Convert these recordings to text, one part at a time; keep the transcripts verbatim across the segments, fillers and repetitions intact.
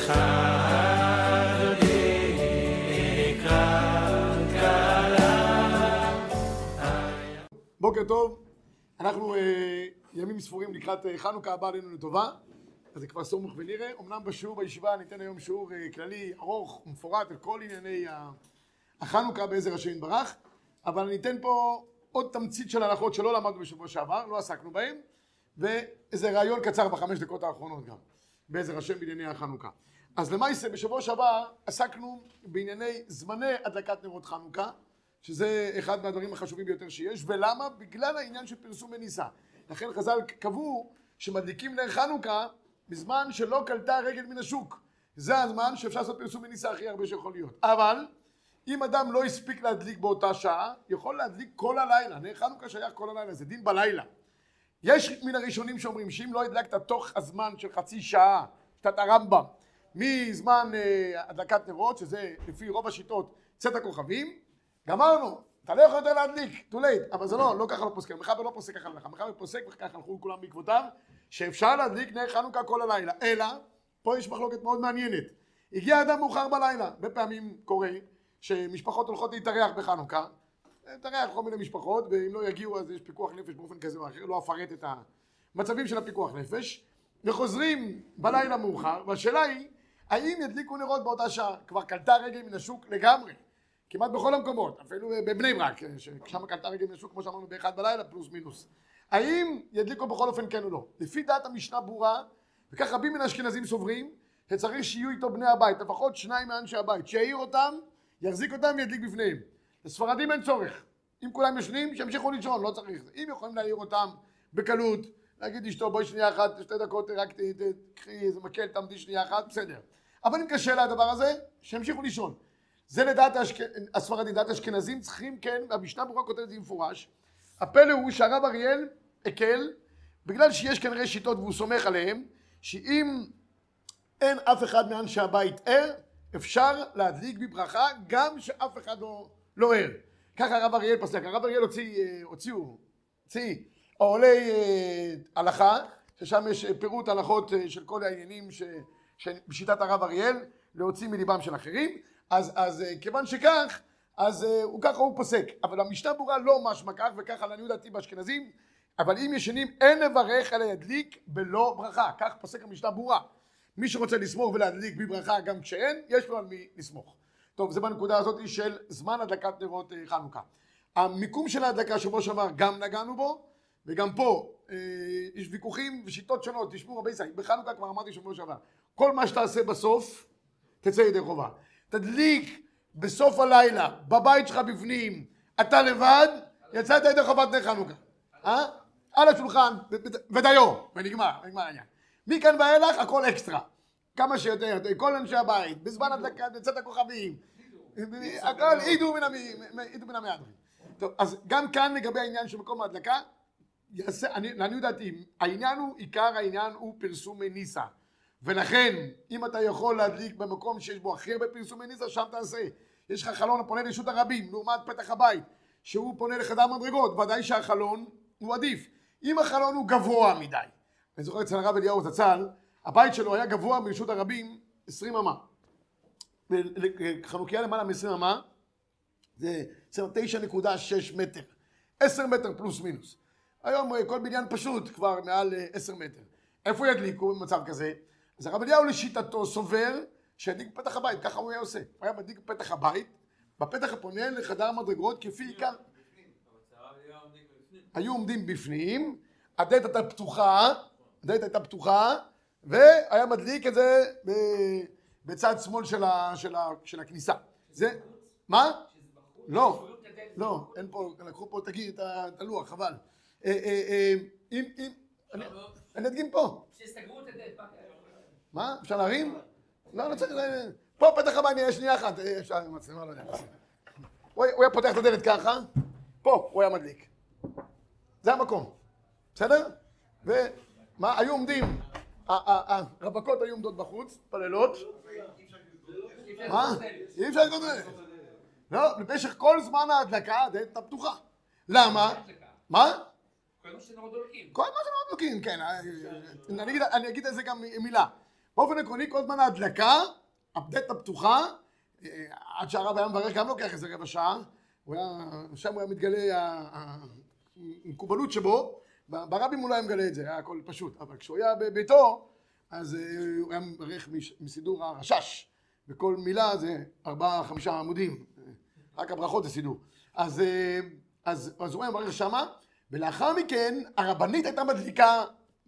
בוקר טוב, אנחנו אה, ימים ספורים לקראת אה, חנוכה הבא עלינו לטובה, אז זה כבר סמוך ונראה. אמנם בשיעור בישיבה ניתן היום שיעור אה, כללי ארוך ומפורט על כל ענייני החנוכה בעזר השם יתברך, אבל ניתן פה עוד תמצית של הלכות שלא למדנו בשבוע שעבר, לא עסקנו בהם, ואיזה רעיון קצר בחמש דקות האחרונות גם בעזר השם בענייני החנוכה. אז למעשה בשבוע שעבר עסקנו בענייני זמני הדלקת נרות חנוכה, שזה אחד מהדברים החשובים ביותר שיש. ולמה? בגלל העניין של פרסום וניסה. לכן חז"ל קבעו שמדליקים נר חנוכה בזמן שלא קלטה רגל מן השוק. זה הזמן שאפשר לעשות פרסום וניסה הכי הרבה שיכול להיות. אבל אם אדם לא הספיק להדליק באותה שעה, יכול להדליק כל הלילה. נר חנוכה שייך כל הלילה, זה דין בלילה. יש מן הראשונים שאומרים שאם לא הדלקת תוך הזמן של חצי שעה, שיטת הרמב"ם, מזמן אה, הדלקת נרות, שזה לפי רוב השיטות צאת הכוכבים, גמרנו, אתה לא יכול יותר להדליק, too late, אבל זה לא, לא ככה לא פוסק, המחבר לא פוסק ככה לך, המחבר פוסק וככה הלכו כולם בעקבותיו, שאפשר להדליק נר חנוכה כל הלילה, אלא, פה יש מחלוקת מאוד מעניינת, הגיע אדם מאוחר בלילה, בפעמים קורה שמשפחות הולכות להתארח בחנוכה, להתארח כל מיני משפחות, ואם לא יגיעו אז יש פיקוח נפש באופן כזה או אחר, לא אפרט את המצבים של הפיקוח נפש, וחוזרים בלילה מאוחר, והשאלה היא, האם ידליקו נרות באותה שעה? כבר קלטה רגל מן השוק לגמרי. כמעט בכל המקומות, אפילו בבני ברק, ששם קלטה רגל מן השוק, כמו שאמרנו, באחד בלילה, פלוס מינוס. האם ידליקו בכל אופן כן או לא? לפי דעת המשנה ברורה, וכך רבים מן האשכנזים סוברים, שצריך שיהיו איתו בני הבית, לפחות שניים מאנשי הבית, שיעיר אותם, יחזיק אותם וידליק בפניהם. לספרדים אין צורך. אם כולם ישנים, שימשיכו לישון, לא צריך. אם יכולים להעיר אותם בקלות, להגיד אשתו, בואי שנייה אחת, שתי דקות, רק תקחי איזה מקל, תעמדי שנייה אחת, בסדר. אבל אם קשה לה הדבר הזה, שימשיכו לישון. זה לדעת הספרדים, דעת אשכנזים, צריכים כן, המשנה ברורה כותבת את זה במפורש. הפלא הוא שהרב אריאל הקל, בגלל שיש כנראה שיטות והוא סומך עליהם, שאם אין אף אחד מאנשי הבית ער, אפשר להדליק בברכה גם שאף אחד לא, לא ער. ככה הרב אריאל פסק. הרב אריאל הוציא, הוציאו, הוציא עולי הלכה, ששם יש פירוט הלכות של כל העניינים ש, שבשיטת הרב אריאל, להוציא מליבם של אחרים. אז, אז כיוון שכך, אז הוא ככה הוא פוסק. אבל המשנה ברורה לא משמע כך, וככה לעניות דעתי באשכנזים, אבל אם ישנים אין לברך אלא ידליק בלא ברכה. כך פוסק המשנה ברורה. מי שרוצה לסמוך ולהדליק בברכה גם כשאין, יש לו על מי לסמוך. טוב, זה בנקודה הזאת של זמן הדלקת נרות חנוכה. המיקום של ההדלקה שבוע שעבר גם נגענו בו, וגם פה אה, יש ויכוחים ושיטות שונות. תשמעו רבי ישראל, בחנוכה כבר אמרתי שבוע שעבר. כל מה שתעשה בסוף, תצא ידי חובה. תדליק בסוף הלילה, בבית שלך בפנים, אתה לבד, יצאת ידי חובת נר חנוכה. אה? על השולחן, ודיו, ונגמר, נגמר העניין. מכאן ואילך, הכל אקסטרה. כמה שיותר, כל אנשי הבית, בזמן הדלקת, יצאת הכוכבים, הכל עידו מן המהדרין. טוב, אז גם כאן לגבי העניין של מקום ההדלקה, לעניות דעתי, העניין הוא, עיקר העניין הוא פרסום וניסה. ולכן, אם אתה יכול להדליק במקום שיש בו הכי הרבה פרסומי ניסה, שם תעשה. יש לך חלון הפונה לרשות הרבים, לעומת פתח הבית, שהוא פונה לחדר מדרגות, ודאי שהחלון הוא עדיף. אם החלון הוא גבוה מדי, אני זוכר אצל הרב אליהו זצ"ל, הבית שלו היה גבוה מרשות הרבים עשרים אמה. חנוכיה למעלה מ-עשרים אמה, זה תשע נקודה שש מטר. עשר מטר פלוס מינוס. היום כל בניין פשוט כבר מעל עשר מטר. איפה ידליקו במצב כזה? אז הרב אליהו לשיטתו סובר שידליק בפתח הבית, ככה הוא היה עושה. הוא היה מדליק בפתח הבית, בפתח הפונה לחדר מדרגות כפי עיקר. היו עומדים בפנים, הדלת הייתה פתוחה, הדלת הייתה פתוחה, והיה מדליק את זה בצד שמאל של, ה, של, ה, של הכניסה. זה, מה? לא, לא, אין פה, לקחו פה, תגיד את הלוח, חבל. אם, אם, אני אדגים פה. שסגרו את הדלת. מה? אפשר להרים? לא, לא צריך, פה פתח הבא, נהיה שנייה אחת, אפשר, מצלמה, לא יודע. הוא היה פותח את הדלת ככה, פה הוא היה מדליק. זה המקום, בסדר? ומה, היו עומדים, הרווקות היו עומדות בחוץ, פללות. מה? אי אפשר לקרוא את זה. לא, במשך כל זמן ההדלקה, הדלת הייתה פתוחה. למה? מה? כל מה שנורא דולקים. כל מה שנורא דולקים, כן. אני אגיד על זה גם מילה. באופן עקרוני, כל זמן ההדלקה, הפדטה פתוחה, עד שהרב היה מברך גם לוקח איזה רבע שעה, הוא היה, שם הוא היה מתגלה המקובלות שבו, ברבים הוא לא היה מגלה את זה, היה הכל פשוט, אבל כשהוא היה בביתו, אז הוא היה מברך מסידור הרשש, וכל מילה זה ארבעה, חמישה עמודים, רק הברכות זה סידור. אז, אז, אז הוא היה מברך שמה, ולאחר מכן הרבנית הייתה מדליקה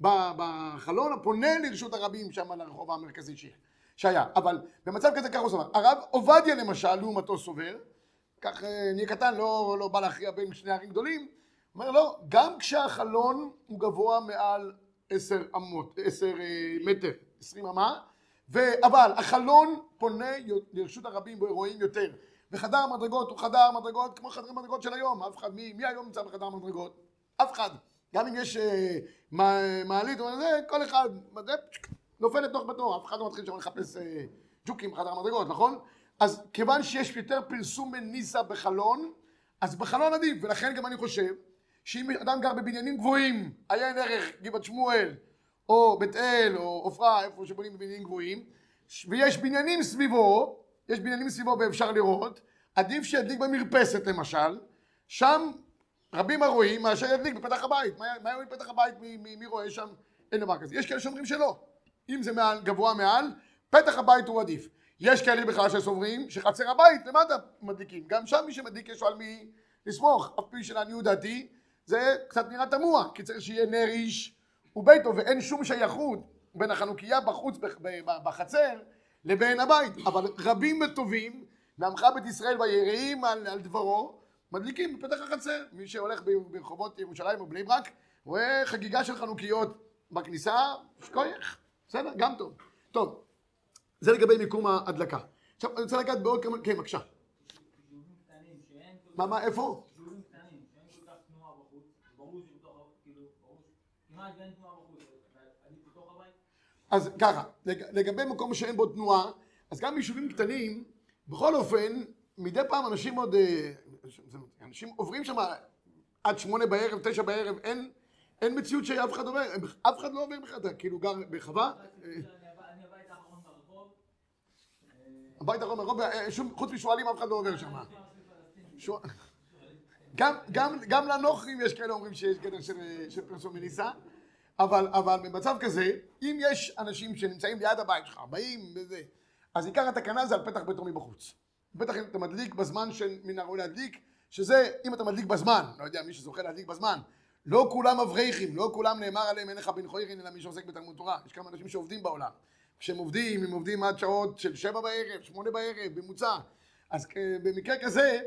בחלון הפונה לרשות הרבים שם לרחוב המרכזי שהיה. אבל במצב כזה ככה הוא סובר. הרב עובדיה למשל, לעומתו סובר, כך נהיה קטן, לא, לא בא להכריע בין שני ערים גדולים, אומר לא, גם כשהחלון הוא גבוה מעל עשר אמות, עשר מטר, עשרים אמה, אבל החלון פונה לרשות הרבים ורואים יותר. וחדר המדרגות הוא חדר מדרגות כמו חדרי מדרגות של היום. אף אחד, מי, מי היום נמצא בחדר המדרגות? אף אחד. גם אם יש אה, מעלית או זה, כל אחד זה, נופל לתוך ביתו. אף אחד לא מתחיל שם לחפש אה, ג'וקים בחדר המדרגות, נכון? אז כיוון שיש יותר פרסום מניסה בחלון, אז בחלון עדיף. ולכן גם אני חושב שאם אדם גר בבניינים גבוהים, עיין ערך, גבעת שמואל, או בית אל, או עופרה, איפה שבונים בבניינים גבוהים, ויש בניינים סביבו, יש בניינים סביבו ואפשר לראות, עדיף שידליק במרפסת למשל, שם רבים הרואים מאשר ידליק בפתח הבית. מה, מה יהיה בפתח הבית? מי, מי, מי רואה שם? אין דבר כזה. יש כאלה שאומרים שלא. אם זה מעל, גבוה מעל, פתח הבית הוא עדיף. יש כאלה בכלל שסוברים שחצר הבית למטה מדליקים. גם שם מי שמדליק יש על מי לסמוך. אף פי שלעניות דעתי זה קצת נראה תמוה, כי צריך שיהיה נר איש וביתו, ואין שום שייכות בין החנוכיה בחוץ בחצר לבין הבית. אבל רבים וטובים מעמך בית ישראל והיראים על, על דברו מדליקים בפתח החצר. מי שהולך ברחובות ירושלים או בני ברק רואה חגיגה של חנוכיות בכניסה, שכוייך, בסדר? גם טוב. טוב, זה לגבי מיקום ההדלקה. עכשיו אני רוצה לגעת בעוד כמה, כן בבקשה. מה, מה, איפה? חישובים קטנים, שאין כל כך תנועה בחוץ, ברור שבתוך, כאילו, ברור, כמעט ואין תנועה בחוץ, עדיף בתוך הבית? אז ככה, לגבי מקום שאין בו תנועה, אז גם ביישובים קטנים, בכל אופן, מדי פעם אנשים עוד, אנשים עוברים שם עד שמונה בערב, תשע בערב, אין, אין מציאות שאף אחד עובר, אף אחד לא עובר בכלל, כאילו גר בחווה. אני הבית האחרון ברחוב. הבית האחרון ברחוב, חוץ משואלים אף אחד לא עובר שם. גם, גם, גם לנוכרים יש כאלה אומרים שיש גדר של, של פרסום מניסה, אבל, אבל במצב כזה, אם יש אנשים שנמצאים ליד הבית שלך, באים וזה, אז עיקר התקנה זה על פתח ביתו מבחוץ. בטח אם אתה מדליק בזמן שמן הראוי להדליק, שזה אם אתה מדליק בזמן, לא יודע, מי שזוכה להדליק בזמן, לא כולם אברכים, לא כולם נאמר עליהם אין לך בן חוירין, אלא מי שעוסק בתלמוד תורה. יש כמה אנשים שעובדים בעולם. כשהם עובדים, הם עובדים עד שעות של שבע בערב, שמונה בערב, בממוצע. אז במקרה כזה,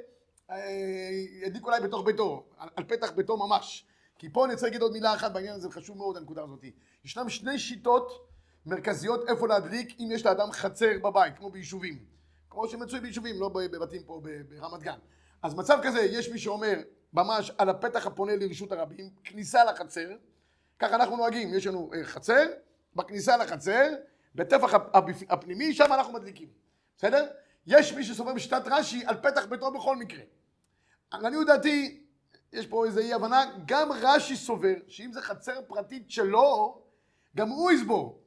ידליק אולי בתוך ביתו, על פתח ביתו ממש. כי פה אני רוצה להגיד עוד מילה אחת בעניין הזה, זה חשוב מאוד הנקודה הזאת. ישנם שני שיטות מרכזיות איפה להדליק אם יש לאדם חצר בבית, כמו ביישובים. כמו שמצוי ביישובים, לא בבתים פה ברמת גן. אז מצב כזה, יש מי שאומר ממש על הפתח הפונה לרשות הרבים, כניסה לחצר, ככה אנחנו נוהגים, יש לנו חצר, בכניסה לחצר, בטפח הפנימי, שם אנחנו מדליקים. בסדר? יש מי שסובר בשיטת רש"י על פתח ביתו בכל מקרה. לעניות דעתי, יש פה איזו אי הבנה, גם רש"י סובר שאם זה חצר פרטית שלו, גם הוא יסבור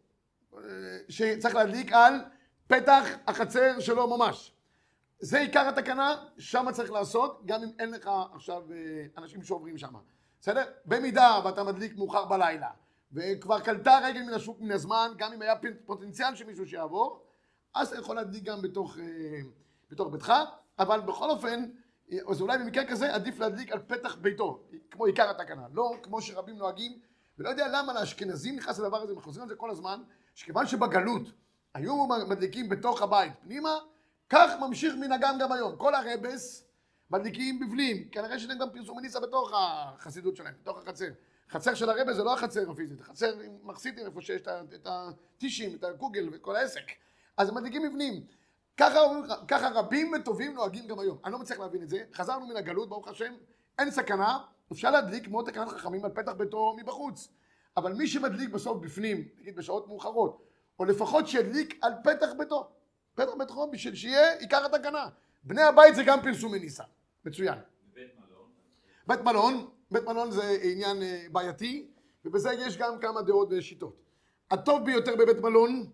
שצריך להדליק על פתח החצר שלו ממש. זה עיקר התקנה, שם צריך לעשות, גם אם אין לך עכשיו אנשים שעוברים שם. בסדר? במידה ואתה מדליק מאוחר בלילה, וכבר קלטה רגל מן השוק מן הזמן, גם אם היה פוטנציאל שמישהו שיעבור, אז אתה יכול להדליק גם בתוך, בתוך ביתך, אבל בכל אופן, אז אולי במקרה כזה עדיף להדליק על פתח ביתו, כמו עיקר התקנה, לא כמו שרבים נוהגים, ולא יודע למה לאשכנזים נכנס לדבר הזה, מחוזרים על זה כל הזמן, שכיוון שבגלות היו מדליקים בתוך הבית פנימה, כך ממשיך מנהגם גם היום. כל הרבס מדליקים בפנים, כנראה שאתם גם פרסום מניסה בתוך החסידות שלהם, בתוך החצר. חצר של הרבס זה לא החצר הפיזית, החצר עם מחסידים איפה שיש את הטישים, את הקוגל וכל העסק. אז הם מדליקים בפנים. ככה, ככה רבים וטובים נוהגים גם היום. אני לא מצליח להבין את זה. חזרנו מן הגלות, ברוך השם, אין סכנה, אפשר להדליק מאוד תקנת חכמים על פתח ביתו מבחוץ. אבל מי שמדליק בסוף בפנים, נגיד בשעות מאוחרות, או לפחות שידליק על פתח ביתו. פתח ביתו בשביל שיהיה עיקר התקנה. בני הבית זה גם פרסום מניסה. מצוין. בית מלון? בית מלון, בית מלון זה עניין בעייתי, ובזה יש גם כמה דעות ושיטות. הטוב ביותר בבית מלון,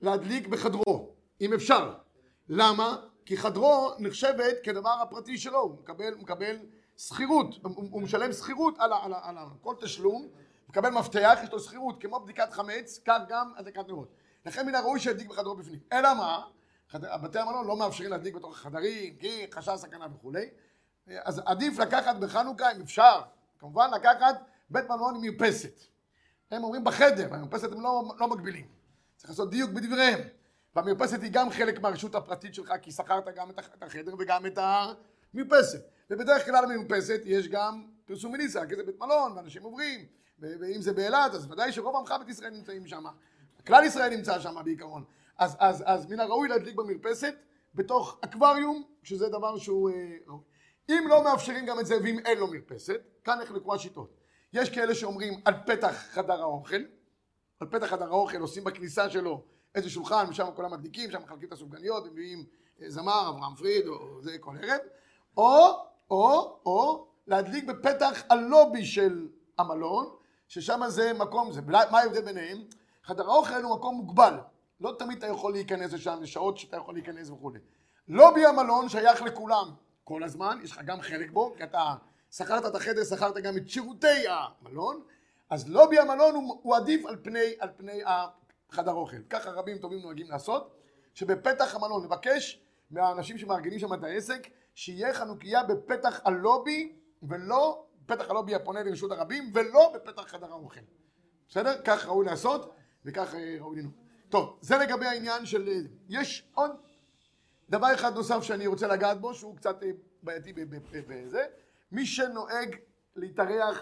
להדליק בחדרו, אם אפשר. למה? כי חדרו נחשבת כדבר הפרטי שלו, הוא מקבל, הוא מקבל שכירות, הוא, הוא משלם שכירות על, על, על, על כל תשלום, הוא מקבל מפתח, יש לו שכירות, כמו בדיקת חמץ, כך גם הדלקת נרות. לכן מן הראוי שידליק בחדרו בפנים. אלא מה? בתי המלון לא מאפשרים להדליק בתוך החדרים, כי חשש סכנה וכולי. אז עדיף לקחת בחנוכה, אם אפשר, כמובן לקחת בית מלון עם מרפסת. הם אומרים בחדר, במרפסת הם לא, לא מגבילים. צריך לעשות דיוק בדבריהם. והמרפסת היא גם חלק מהרשות הפרטית שלך, כי שכרת גם את החדר וגם את המרפסת. ובדרך כלל במרפסת יש גם פרסום מניסה, כי זה בית מלון, ואנשים עוברים, ואם זה באילת, אז ודאי שרוב עמך בית ישראל נמצאים שם. כלל ישראל נמצא שם בעיקרון. אז, אז, אז מן הראוי להדליק במרפסת, בתוך אקווריום, שזה דבר שהוא ראוי. אם לא מאפשרים גם את זה, ואם אין לו מרפסת, כאן נחלקו השיטות. יש כאלה שאומרים על פתח חדר האוכל, על פתח חדר האוכל עושים בכניסה שלו איזה שולחן, ושם כולם מדליקים, שם מחלקים את הסופגניות, ומביאים זמר, אברהם פריד, או זה כל ערב, או, או, או, להדליק בפתח הלובי של המלון, ששם זה מקום, זה, מה ההבדל ביניהם? חדר האוכל הוא מקום מוגבל, לא תמיד אתה יכול להיכנס לשם, לשעות שאתה יכול להיכנס וכו'. לובי המלון שייך לכולם כל הזמן, יש לך גם חלק בו, כי אתה שכרת את החדר, שכרת גם את שירותי המלון, אז לובי המלון הוא, הוא עדיף על פני, על פני חדר האוכל. ככה רבים טובים נוהגים לעשות, שבפתח המלון נבקש מהאנשים שמארגנים שם את העסק, שיהיה חנוכיה בפתח הלובי, ולא פתח הלובי הפונה לרשות הרבים, ולא בפתח חדר האוכל. בסדר? כך ראוי לעשות, וכך ראוי לנהוג. טוב, זה לגבי העניין של... יש עוד דבר אחד נוסף שאני רוצה לגעת בו, שהוא קצת בעייתי בזה. מי שנוהג להתארח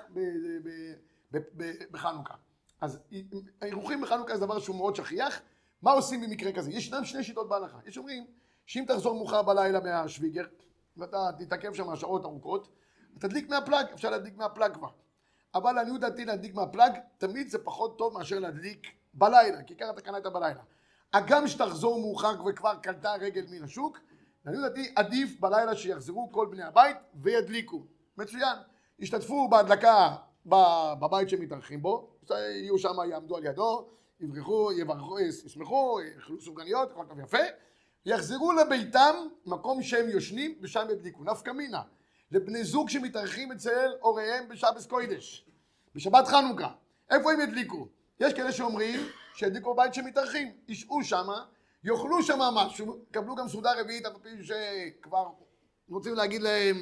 בחנוכה. אז האירוחים בחנוכה זה דבר שהוא מאוד שכיח. מה עושים במקרה כזה? ישנם שני שיטות בהלכה. יש אומרים שאם תחזור מאוחר בלילה מהשוויגר, ואתה תתעכב שם שעות ארוכות, תדליק מהפלאג, אפשר להדליק מהפלאג כבר. אבל אני דעתי להדליק מהפלאג, תמיד זה פחות טוב מאשר להדליק בלילה, כי ככה התקנה הייתה בלילה. הגם שתחזור מאוחר וכבר קלטה רגל מן השוק, אני דעתי עדיף בלילה שיחזרו כל בני הבית וידליקו. מצוין. ישתתפו בהדלקה בבית שמתארחים בו, יהיו שם, יעמדו על ידו, יברכו, יברכו, ישמחו, יאכלו סופגניות, הכל טוב יפה. יחזרו לביתם, מקום שהם יושנים, ושם ידליקו. נפקא מינה. לבני זוג שמתארחים אצל הוריהם בשבת קודש, בשבת חנוכה. איפה הם ידליקו? יש כאלה שאומרים שידליקו בבית שמתארחים, ישעו שמה, יאכלו שמה משהו, קבלו גם סעודה רביעית, אף פעמים שכבר רוצים להגיד להם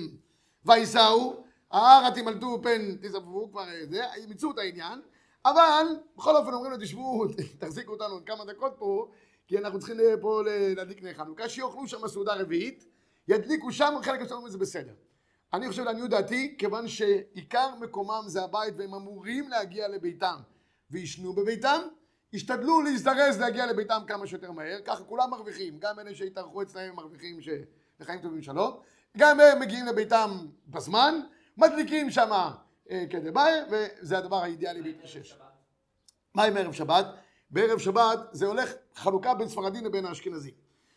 וייסעו, הארץ ימלטו פן תסבבו, כבר זה, ימצאו את העניין, אבל בכל אופן אומרים לו, תשבו, תחזיקו אותנו כמה דקות פה, כי אנחנו צריכים פה להדליק נר חנוכה, שיאכלו שם סעודה רביעית, ידליקו שם, חלק מסוים זה בסדר. אני חושב לעניות דעתי, כיוון שעיקר מקומם זה הבית והם אמורים להגיע לביתם וישנו בביתם, ישתדלו להזדרז להגיע לביתם כמה שיותר מהר, ככה כולם מרוויחים, גם אלה שהתארחו אצלהם מרוויחים לחיים טובים שלום, גם הם מגיעים לביתם בזמן, מדליקים שם כדבעי, וזה הדבר האידיאלי בהתקשש. מה עם ערב שבת? בערב שבת זה הולך חלוקה בין ספרדים לבין האשכנזים.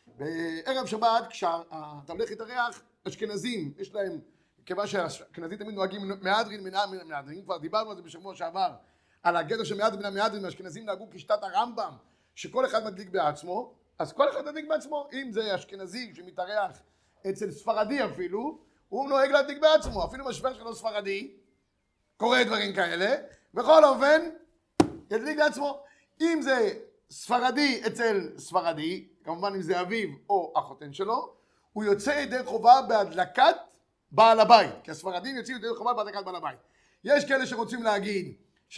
בערב שבת כשאתה הולך להתארח, אשכנזים, יש להם, כיוון שהאשכנזים תמיד נוהגים מהדרין מן המהדרין, כבר דיברנו על זה בשבוע שעבר, על הגדר של מהדרין מן המהדרין, האשכנזים נהגו כשיטת הרמב"ם, שכל אחד מדליק בעצמו, אז כל אחד מדליק בעצמו, אם זה אשכנזי שמתארח אצל ספרדי אפילו, הוא נוהג להדליק בעצמו, אפילו משבר שלו ספרדי, קורה דברים כאלה, בכל אופן, ידליק לעצמו. אם זה ספרדי אצל ספרדי, כמובן אם זה אביו או החותן שלו, הוא יוצא ידי חובה בהדלקת בעל הבית, כי הספרדים יוצאים ידי חובה בהדלקת בעל הבית. יש כאלה שרוצים להגיד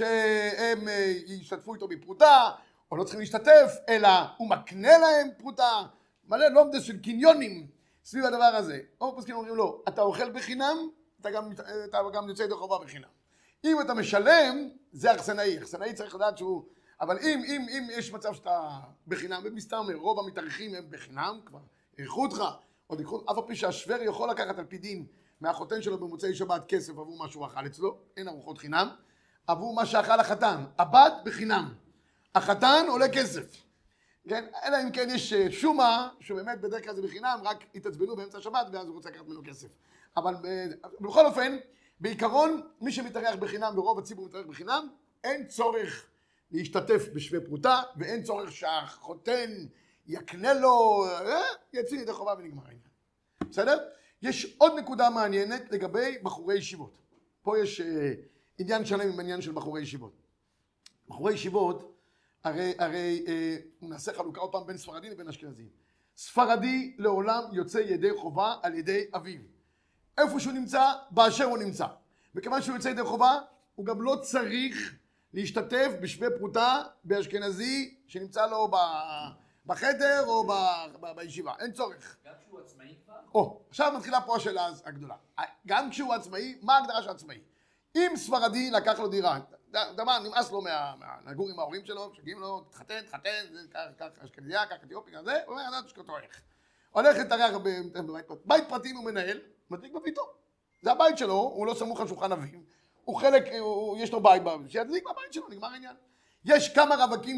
שהם ישתתפו איתו בפרוטה, או לא צריכים להשתתף, אלא הוא מקנה להם פרוטה, מלא לומדס של קניונים סביב הדבר הזה. או פוסקים אומרים לו, אתה אוכל בחינם, אתה גם, אתה גם יוצא ידי חובה בחינם. אם אתה משלם, זה אכסנאי, אכסנאי צריך לדעת שהוא, אבל אם, אם, אם יש מצב שאתה בחינם, ומסתמר, רוב המתארחים הם בחינם, כבר אירחו אותך, עוד יקחו, אף הפי שהשוור יכול לקחת על פי דין מהחותן שלו במוצאי שבת כסף עבור מה שהוא אכל אצלו, אין ארוחות חינם, עבור מה שאכל החתן, הבת בחינם, החתן עולה כסף, כן? אלא אם כן יש שומה, שבאמת בדרך כלל זה בחינם, רק התעצבנו באמצע השבת ואז הוא רוצה לקחת ממנו כסף. אבל בכל אופן, בעיקרון, מי שמתארח בחינם ורוב הציבור מתארח בחינם, אין צורך להשתתף בשווה פרוטה, ואין צורך שהחותן יקנה לו, יצא ידי חובה ונגמר העניין. בסדר? יש עוד נקודה מעניינת לגבי בחורי ישיבות. פה יש עניין שלם עם עניין של בחורי ישיבות. בחורי ישיבות, הרי, הרי אה, נעשה חלוקה עוד פעם בין ספרדים לבין אשכנזים. ספרדי לעולם יוצא ידי חובה על ידי אביו. איפה שהוא נמצא, באשר הוא נמצא. וכיוון שהוא יוצא ידי חובה, הוא גם לא צריך להשתתף בשווה פרוטה באשכנזי שנמצא לו בחדר או ב, ב, בישיבה. אין צורך. גם כשהוא עצמאי כבר? או, עכשיו מתחילה פה השאלה הגדולה. גם כשהוא עצמאי, מה ההגדרה של עצמאי? אם ספרדי לקח לו דירה, דבר, נמאס לו מהגור עם ההורים שלו, שגיעים לו, תתחתן, תתחתן, כך אשכנזיה, כך אתיופיה, זה, הוא אומר, אני אשכותו איך. הולך להתארח בבית פרטי, בית פרטי הוא מנהל, מדליק בביתו. זה הבית שלו, הוא לא סמוך על שולחן אביו, הוא חלק, יש לו בית, שידליק בבית שלו, נגמר העניין. יש כמה רווקים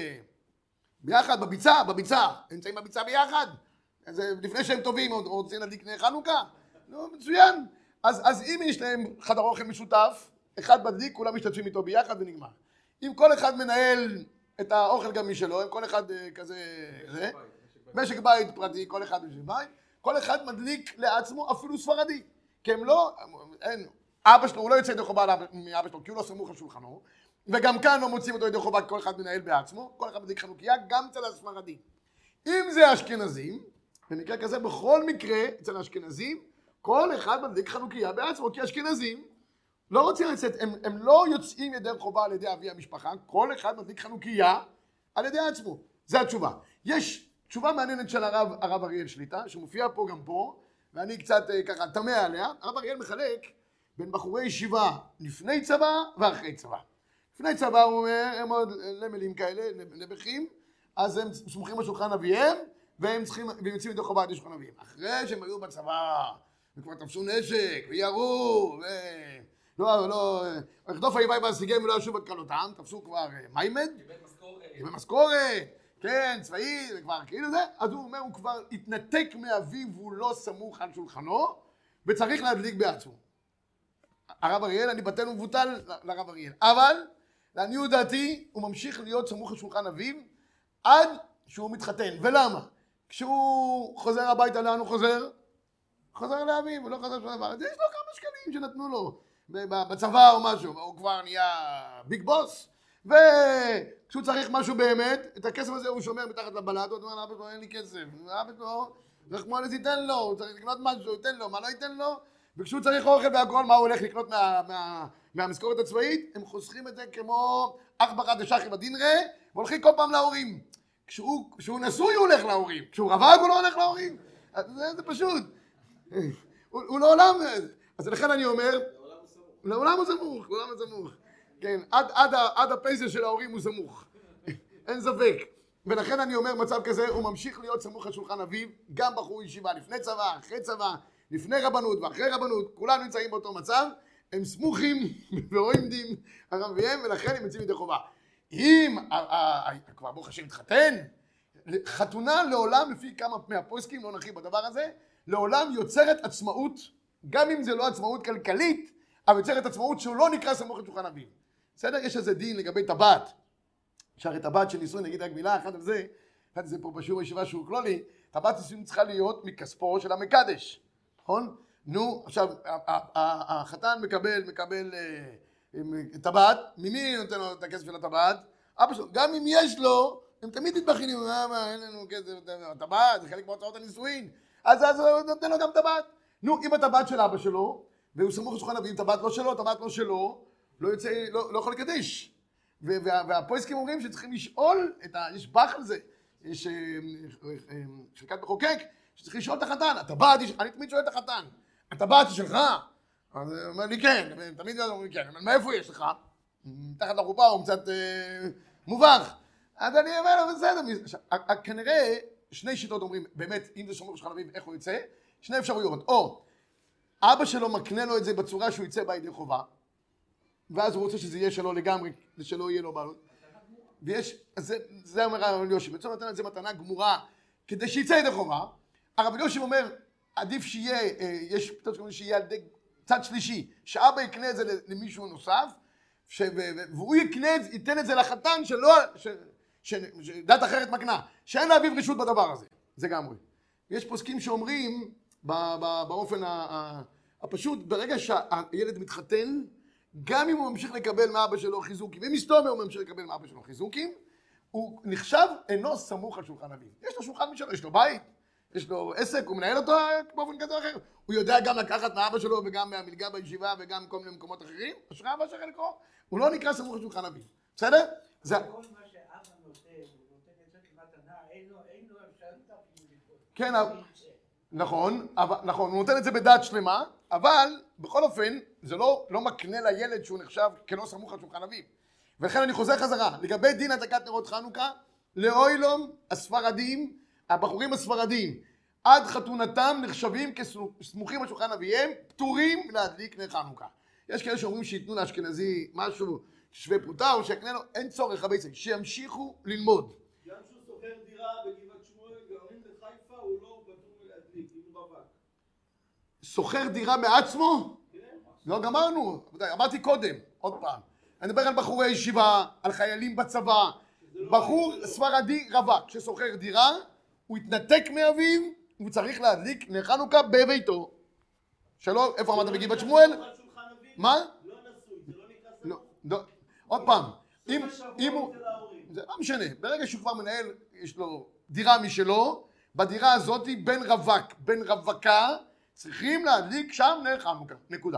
שביחד, בביצה, בביצה, נמצאים בביצה ביחד, לפני שהם טובים, רוצים להדליק נר חנוכה, לא, מצוין. אז, אז אם יש להם חדר אוכל משותף, אחד מדליק, כולם משתתפים איתו ביחד ונגמר. אם כל אחד מנהל את האוכל גם משלו, אם כל אחד כזה, זה, משק בית פרטי, כל אחד משק בית, כל אחד מדליק לעצמו אפילו ספרדי. כי הם לא, אין, אבא שלו, הוא לא יוצא ידי חובה מאבא שלו, כי הוא לא סמוך על שולחנו, וגם כאן לא מוצאים אותו ידי חובה, כל אחד מנהל בעצמו, כל אחד מדליק חנוכיה, גם אצל הספרדים. אם זה אשכנזים, במקרה כזה, בכל מקרה, אצל האשכנזים, כל אחד מדליק חנוכיה בעצמו, כי אשכנזים לא רוצים לצאת, הם, הם לא יוצאים ידי חובה על ידי אבי המשפחה, כל אחד מדליק חנוכיה על ידי עצמו. זו התשובה. יש תשובה מעניינת של הרב, הרב אריאל שליטה, שמופיע פה גם פה, ואני קצת ככה תמה עליה. הרב אריאל מחלק בין בחורי ישיבה לפני צבא ואחרי צבא. לפני צבא הוא אומר, הם עוד למלים כאלה, נבחים, אז הם סמוכים בשולחן אביהם, והם צריכים, והם יוצאים ידי חובה על ידי שולחן אביהם. אחרי שהם היו בצבא, וכבר תפסו נשק, וירו, ו... לא, לא, הרדוף היווי והשיגיהם ולא ישוב את קלותם, תפסו כבר מיימד, קיבל משכורת, כן, צבאי, זה כבר כאילו זה, אז הוא אומר, הוא כבר התנתק מאביו והוא לא סמוך על שולחנו, וצריך להדליק בעצמו. הרב אריאל, אני בטל ומבוטל לרב אריאל, אבל לעניות דעתי, הוא ממשיך להיות סמוך על שולחן אביו, עד שהוא מתחתן. ולמה? כשהוא חוזר הביתה, לאן הוא חוזר? חוזר לאביו, הוא לא חוזר שום דבר. אז יש לו כמה שקלים שנתנו לו בצבא או משהו, הוא כבר נהיה ביג בוס, וכשהוא צריך משהו באמת, את הכסף הזה הוא שומר מתחת לבלט, הוא אומר, אבא שלו אין לי כסף, אבא שלו, רחמנס ייתן לו, הוא צריך לקנות משהו, ייתן לו, מה לא ייתן לו? וכשהוא צריך אוכל והכל, מה הוא הולך לקנות מה, מה, מהמשכורת הצבאית? הם חוסכים את זה כמו אח ברא דשחי בדינרה, והולכים כל פעם להורים. כשהוא, כשהוא נשוי הוא הולך להורים, כשהוא רווק הוא לא הולך להורים. זה, זה פשוט. הוא, הוא לעולם, אז לכן אני אומר, לעולם הוא סמוך, לעולם הוא סמוך. כן, עד, עד, עד הפנסיה של ההורים הוא סמוך. אין ספק. ולכן אני אומר, מצב כזה, הוא ממשיך להיות סמוך על שולחן אביו, גם בחור ישיבה לפני צבא, אחרי צבא, לפני רבנות ואחרי רבנות, כולנו נמצאים באותו מצב, הם סמוכים ורואים דין הרביהם, ולכן הם יוצאים ידי חובה. אם, כבר ברוך השם התחתן, חתונה לעולם, לפי כמה מהפוסקים, לא נרחיב בדבר הזה, לעולם יוצרת עצמאות, גם אם זה לא עצמאות כלכלית, אבל יוצרת עצמאות שהוא לא נקרא סמוך על שולחן אביו. בסדר? יש איזה דין לגבי טבעת, שהרי טבעת של נישואין, נגיד רק מילה אחת על זה, אחת זה פה בשיעור הישיבה שהוא כלולי, טבעת נישואין צריכה להיות מכספו של המקדש, נכון? נו, עכשיו, החתן מקבל, מקבל טבעת, ממי נותן לו את הכסף של הטבעת? אבא שלו, גם אם יש לו, הם תמיד מתבחינים, מה, אין לנו כסף, הטבעת, זה חלק מהוצאות הנישואין, אז אז הוא נותן לו גם טבעת. נו, אם הטבעת של אבא שלו, והוא סמוך לשולחן אביו, טבעת לא שלו, טבעת לא שלו, לא יוצא, לא, לא יכול לקדש. והפויסקים אומרים שצריכים לשאול, את ה, יש בח על זה, יש חלקת מחוקק, שצריך לשאול את החתן, הטבעת, אני תמיד שואל את החתן, הטבעת היא שלך? אז הוא אומר לי כן, תמיד הוא אומר לי כן, אבל מאיפה יש לך? תחת לחופה הוא קצת מובך. אז אני אומר לו, בסדר, כנראה שני שיטות אומרים, באמת, אם זה סמוך לשולחן אביו, איך הוא יוצא? שני אפשרויות, או אבא שלו מקנה לו את זה בצורה שהוא יצא בידי חובה, ואז הוא רוצה שזה יהיה שלו לגמרי, שלא יהיה לו בעלות. ויש, זה, זה אומר הרב אליושיב, בעצם נתן את זה מתנה גמורה, כדי שיצא ידי חובה. הרב אליושיב אומר, עדיף שיהיה, יש פתאום שקוראים שיהיה על ידי צד שלישי, שאבא יקנה את זה למישהו נוסף, ש... והוא יקנה, ייתן את זה לחתן שלא, ש... ש... שדת אחרת מקנה, שאין לאביו רשות בדבר הזה, זה גם רואה. יש פוסקים שאומרים ב... ב... באופן ה... הפשוט, ברגע שהילד מתחתן, גם אם הוא ממשיך לקבל מאבא שלו חיזוקים, ואם מסתום הוא ממשיך לקבל מאבא שלו חיזוקים, הוא נחשב אינו סמוך על שולחן אביו. יש לו שולחן משלו, יש לו בית, יש לו עסק, הוא מנהל אותו באופן כזה או אחר. הוא יודע גם לקחת מאבא שלו וגם מהמלגה בישיבה וגם כל מיני מקומות אחרים. אשרי אבא אשר חלקו. הוא לא נקרא סמוך על שולחן אביו. בסדר? זה... כל מה שאבא נותן, הוא נותן את זה כמתנה, אין לו אפשרות אפילו לקרוא. כן, נכון, נכון, הוא נותן את זה בדעת שלמה, אבל בכל אופן זה לא, לא מקנה לילד שהוא נחשב כלא סמוך על שולחן אביו. ולכן אני חוזר חזרה, לגבי דין הדלקת נרות חנוכה, לאוילום הספרדים, הבחורים הספרדים, עד חתונתם נחשבים כסמוכים על שולחן אביהם, פטורים להדליק נר חנוכה. יש כאלה שאומרים שיתנו לאשכנזי משהו שווה פרוטה או שיקנה לו, אין צורך רבי ישראל, שימשיכו ללמוד. גם שהוא שוכר דירה בגבעת שמואל גרים לחיפה, הוא לא פטור להדליק, הוא רווק. שוכר דירה מעצמו? כן. לא גמרנו, אמרתי קודם, עוד פעם. אני מדבר על בחורי ישיבה, על חיילים בצבא, בחור ספרדי רווק ששוכר דירה, הוא התנתק מאביו, הוא צריך להדליק נר חנוכה בביתו. שלא, איפה עמדת בגבעת שמואל? מה? לא נשוי, זה לא נקרא סמוך. עוד פעם, אם הוא... זה לא משנה, ברגע שהוא כבר מנהל, יש לו דירה משלו, בדירה הזאת בין רווק, בין רווקה, צריכים להדליק שם נר חנוכה, נקודה.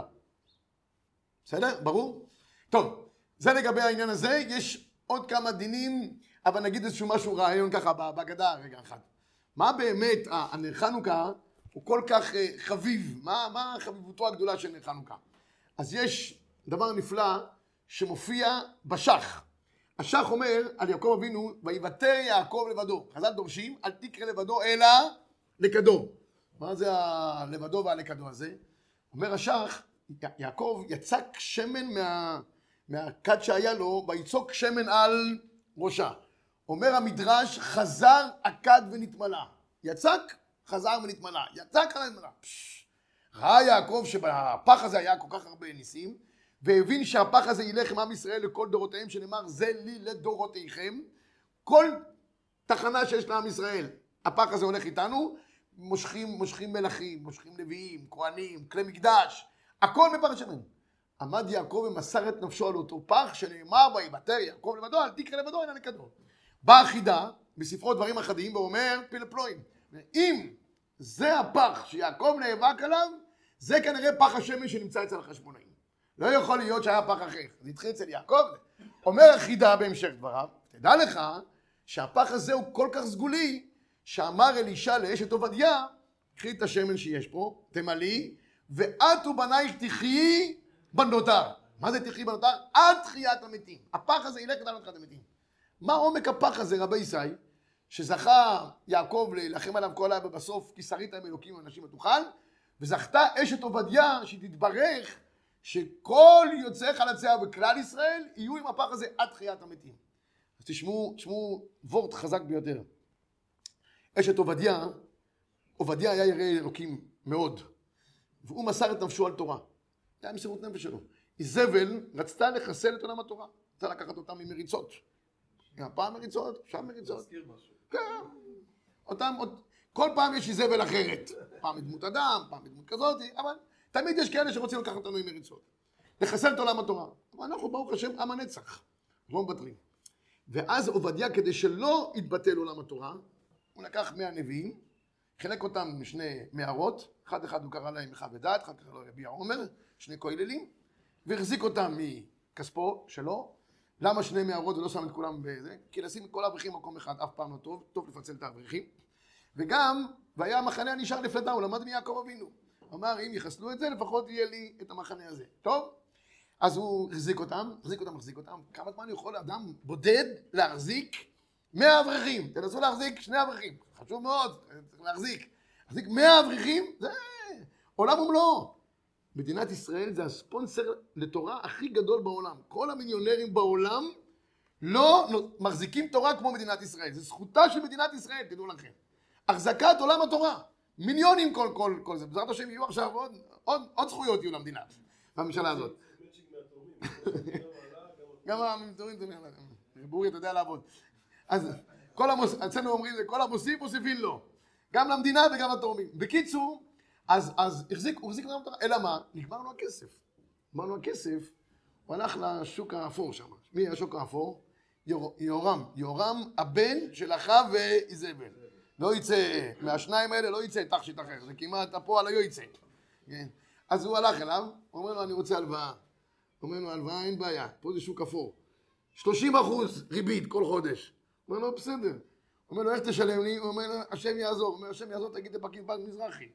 בסדר? ברור? טוב, זה לגבי העניין הזה, יש עוד כמה דינים, אבל נגיד איזשהו משהו רעיון ככה בהגדה רגע אחד. מה באמת הנר חנוכה הוא כל כך חביב? מה, מה חביבותו הגדולה של נר חנוכה? אז יש דבר נפלא שמופיע בשח. השח אומר על יעקב אבינו, ויוותר יעקב לבדו. חז"ל דורשים, אל תקרא לבדו אלא לקדו. מה זה הלבדו והלקדו הזה? אומר השח, יעקב יצק שמן מה, מהכד שהיה לו, ויצוק שמן על ראשה. אומר המדרש, חזר הכד ונתמלא. יצק, חזר ונתמלא. יצק, חזר ונתמלא. ראה יעקב שבפח הזה היה כל כך הרבה ניסים, והבין שהפח הזה ילך עם עם ישראל לכל דורותיהם, שנאמר, זה לי לדורותיכם. כל תחנה שיש לעם ישראל, הפח הזה הולך איתנו, מושכים, מושכים מלכים, מושכים לוויים, כהנים, כלי מקדש, הכל בפח השמן. עמד יעקב ומסר את נפשו על אותו פח, שנאמר, ויוותר יעקב לבדו, אל תקרא לבדו, אלא לקדו. באה חידה, בספרו דברים אחדים, ואומר פלפלואים, אם זה הפח שיעקב נאבק עליו, זה כנראה פח השמן שנמצא אצל החשמונאים. לא יכול להיות שהיה פח אחר. זה התחיל אצל יעקב. אומר החידה בהמשך דבריו, תדע לך שהפח הזה הוא כל כך סגולי, שאמר אלישע לאשת עובדיה, קחי את השמן שיש פה, תמלאי, ואת ובנייך תחיי בנותיו. מה זה תחיי בנותיו? עד תחיית המתים. הפח הזה ילך עד תחיית המתים. מה עומק הפח הזה, רבי ישראל, שזכה יעקב להילחם עליו כל הלילה בסוף, כי שרית עם אלוקים ואנשים ותוכל, וזכתה אשת עובדיה שתתברך שכל יוצאי חלציה בכלל ישראל יהיו עם הפח הזה עד תחיית המתים. אז תשמעו, תשמעו וורט חזק ביותר. אשת עובדיה, עובדיה היה ירא אלוקים מאוד, והוא מסר את נפשו על תורה. זה היה מסירות נפש שלו. איזבל רצתה לחסל את עולם התורה. רצתה לקחת אותם ממריצות. פעם מריצות, שם מריצות. תזכיר משהו. כן. אותם, כל פעם יש איזבל אחרת. פעם בדמות אדם, פעם בדמות כזאת, אבל תמיד יש כאלה שרוצים לקחת אותנו עם מריצות. לחסל את עולם התורה. אבל אנחנו, ברוך השם, עם הנצח. לא מבטרים. ואז עובדיה, כדי שלא יתבטל עולם התורה, הוא לקח מאה נביאים, חילק אותם משני מערות, אחד אחד הוא קרא להם מיכה ודעת, אחד קרא לו יביע עומר, שני כוללים, והחזיק אותם מכספו שלו. למה שני מערות ולא שם את כולם בזה? כי לשים את כל האברכים במקום אחד אף פעם לא טוב, טוב לפצל את האברכים. וגם, והיה המחנה הנשאר לפלטה, הוא למד מיעקב אבינו. אמר, אם יחסלו את זה, לפחות יהיה לי את המחנה הזה. טוב? אז הוא החזיק אותם, החזיק אותם, החזיק אותם. כמה זמן יכול אדם בודד להחזיק מאה אברכים? תנסו להחזיק שני אברכים. חשוב מאוד, צריך להחזיק. להחזיק מאה אברכים, זה עולם ומלואו. מדינת ישראל זה הספונסר לתורה הכי גדול בעולם. כל המיליונרים בעולם לא מחזיקים תורה כמו מדינת ישראל. זה זכותה של מדינת ישראל, תדעו לכם. החזקת עולם התורה. מיליונים כל, כל, כל זה. בעזרת השם יהיו עכשיו עוד, עוד, עוד זכויות יהיו למדינה, בממשלה הזאת. גם המסתורים, בורי, אתה יודע לעבוד. אז כל המוס... אצלנו אומרים, כל המוסיף מוסיפין לו. גם למדינה וגם לתורמים. בקיצור, אז, אז החזיק, הוא החזיק לנו את... אלא מה? נגמר לו הכסף. נגמר לו הכסף, הוא הלך לשוק האפור שם. מי השוק האפור? יור, יורם. יורם, הבן של אחאב ואיזבל. לא יצא, מהשניים האלה לא יצא תכשיט אחר. זה כמעט הפועל לא יצא. כן? אז הוא הלך אליו, הוא אומר לו, אני רוצה הלוואה. הוא אומר לו, הלוואה אין בעיה, פה זה שוק אפור. שלושים אחוז ריבית כל חודש. הוא אומר לו, בסדר. הוא אומר לו, איך תשלם לי? הוא אומר לו, השם יעזור. הוא אומר, השם יעזור, תגיד לפקיד בנק מזרחי.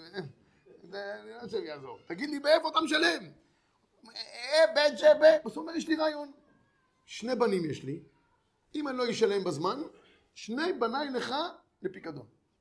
השם יעזור. תגיד לי, באיפה אתה משלם? בית שבה. אז הוא אומר, יש לי רעיון. שני בנים יש לי. אם אני לא אשלם בזמן, שני בניי לך לפיקדון.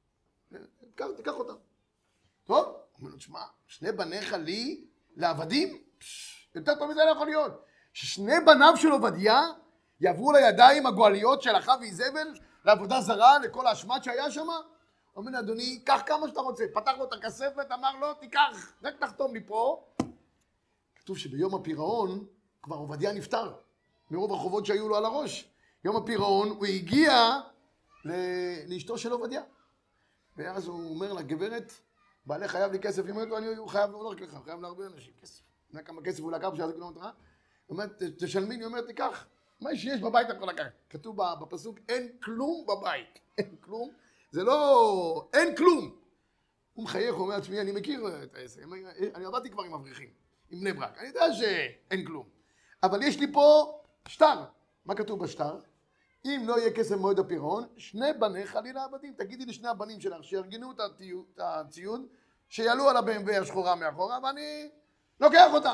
תיקח אותם. טוב? הוא אומר לו, תשמע, שני בניך לי לעבדים? יותר טוב מזה לא יכול להיות. ששני בניו של עובדיה יעברו לידיים הגואליות של אחאב ואיזבל לעבודה זרה, לכל האשמת שהיה שם. הוא אומר, אדוני, קח כמה שאתה רוצה. פתח לו את הכספת, אמר לו, תיקח, רק תחתום לי פה. כתוב שביום הפירעון כבר עובדיה נפטר, מרוב החובות שהיו לו על הראש. יום הפירעון הוא הגיע לאשתו של עובדיה. ואז הוא אומר לה, גברת, בעלי חייב לי כסף. היא אומרת לו, אני חייב לא רק לך, הוא חייב להרבה אנשים כסף. אתה יודע כמה כסף הוא לקח בשביל כולם אותך? היא אומרת, תשלמי, היא אומרת, תיקח. מה שיש בבית אתה יכול לקחת? כתוב בפסוק, אין כלום בבית. אין כלום. זה לא, אין כלום. הוא מחייך, הוא אומר לעצמי, אני מכיר את העסק. אני עבדתי כבר עם אברכים, עם בני ברק. אני יודע שאין כלום. אבל יש לי פה שטר. מה כתוב בשטר? אם לא יהיה כסף מועד הפירעון, שני בניך לי לעבדים. תגידי לשני הבנים שלך שיארגנו את הציוד, שיעלו על ה-בי אם דאבליו השחורה מאחורה, ואני לוקח אותה.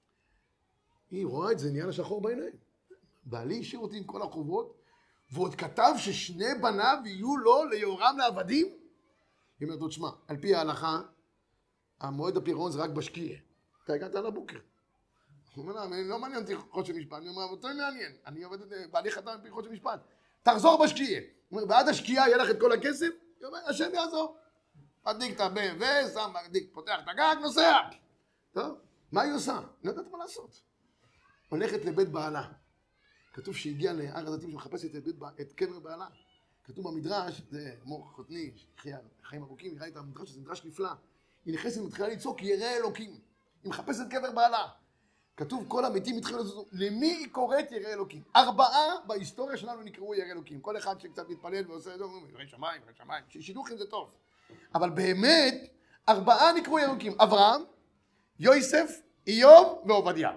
היא רואה את זה, נהיה לה שחור בעיניים. בעלי השאיר אותי עם כל החובות, ועוד כתב ששני בניו יהיו לו ליורם לעבדים? היא אומרת לו, תשמע, על פי ההלכה, המועד הפירעון זה רק בשקיע. אתה הגעת על הבוקר. הוא אומר לה, לא מעניין אותי חודש המשפט. אני אומר, אותו מעניין. אני עובדת, בעלי חתם על פי חודש המשפט. תחזור בשקיע. הוא אומר, בעד השקיעה יהיה לך את כל הכסף? היא אומר, השם יעזור. מדליק את ה-בי אם דאבליו, שם מדליק, פותח את הגג, נוסע. טוב, מה היא עושה? לא יודעת מה לעשות. הולכת לבית בעלה. כתוב שהגיע להר הזיתים שמחפשת את, את קבר בעלה. כתוב במדרש, זה מור חותני, שחיה חיים ארוכים, נראה את המדרש, זה מדרש נפלא. היא נכנסת ומתחילה לצעוק, ירא אלוקים. היא מחפשת קבר בעלה. כתוב, כל המתים התחילו לזוז, למי היא קוראת ירא אלוקים? ארבעה בהיסטוריה שלנו נקראו ירא אלוקים. כל אחד שקצת מתפלל ועושה את זה, אומרים, ירא שמיים, ירא שמיים, שידוכים זה טוב. אבל באמת, ארבעה נקראו ירא אלוקים. אברהם, יוסף, איוב ועובדיה.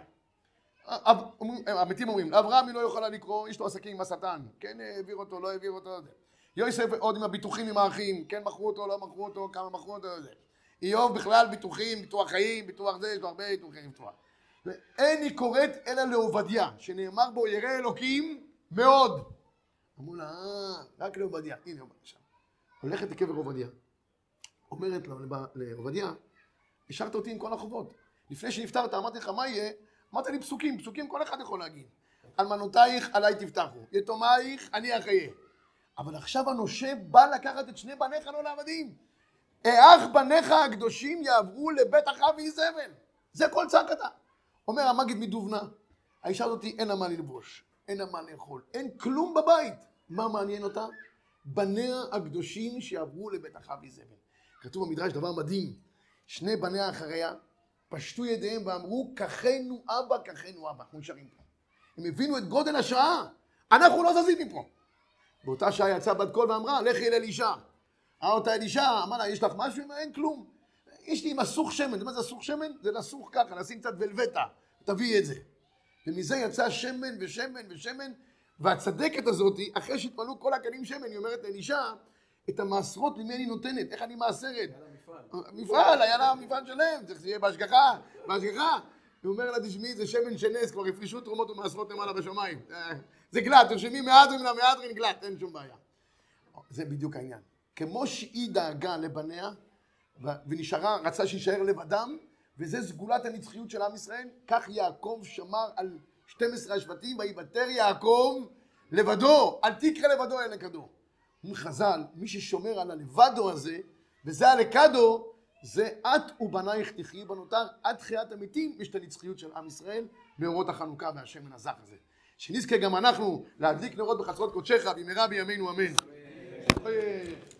המתים אומרים, אברהם היא לא יכולה לקרוא, יש לו עסקים עם השטן, כן העביר אותו, לא העביר אותו, יוסף עוד עם הביטוחים עם האחים, כן מכרו אותו, לא מכרו אותו, כמה מכרו אותו, איוב בכלל ביטוחים, ביטוח חיים, ביטוח זה, יש לו הרבה ביטוחים, ביטוח. ואין היא קוראת אלא לעובדיה, שנאמר בו ירא אלוקים מאוד. אמרו לה, אה, רק לעובדיה, הנה עובדיה שם. הולכת לקבר עובדיה, אומרת לו לעובדיה, השארת אותי עם כל החובות. לפני שנפטרת, אמרתי לך, מה יהיה? אמרת לי פסוקים, פסוקים כל אחד יכול להגיד. אלמנותייך עליי תפתחו, יתומייך אני אחיה. אבל עכשיו הנושה בא לקחת את שני בניך לא לעבדים. איך בניך הקדושים יעברו לבית אחאב ואיזבל? זה כל צעקתה. אומר המגיד מדובנה, האישה הזאת אין לה מה ללבוש, אין לה מה לאכול, אין כלום בבית. מה מעניין אותה? בניה הקדושים שיעברו לבית אחאב ואיזבל. כתוב במדרש דבר מדהים, שני בניה אחריה, פשטו ידיהם ואמרו, כחנו אבא, כחנו אבא. אנחנו נשארים פה. הם הבינו את גודל השעה. אנחנו לא זזים מפה. באותה שעה יצאה בת קול ואמרה, לכי אל אלישע. אותה אלישע, אמרה לה, יש לך משהו? אין כלום. יש לי עם הסוך שמן. מה זה הסוך שמן? זה לסוך ככה, לשים קצת ולווטה. תביאי את זה. ומזה יצא שמן ושמן ושמן. והצדקת הזאת, אחרי שהתמלאו כל הכלים שמן, היא אומרת לאלישע, את המעשרות למי אני נותנת? איך אני מעשרת? מפעל, היה לה מפעל שלם, צריך שיהיה בהשגחה, בהשגחה. הוא אומר לה, תשמעי, זה שמן שנס, כבר הפרישו תרומות ומעשרות למעלה בשמיים. זה גלט, תרשמי מהדרין למהדרין גלט, אין שום בעיה. זה בדיוק העניין. כמו שהיא דאגה לבניה, ונשארה, רצה שישאר לבדם, וזה סגולת הנצחיות של עם ישראל, כך יעקב שמר על שנים עשר השבטים, ויוותר יעקב לבדו, אל תקרא לבדו אלא לקדו. חז"ל, מי ששומר על הלבדו הזה, וזה הלקדו, זה את ובנייך תחיי בנותר, עד תחיית המתים, יש את הנצחיות של עם ישראל, מאורות החנוכה והשמן הזך הזה. שנזכה גם אנחנו להדליק נרות בחצרות קודשך במהרה בימינו אמן.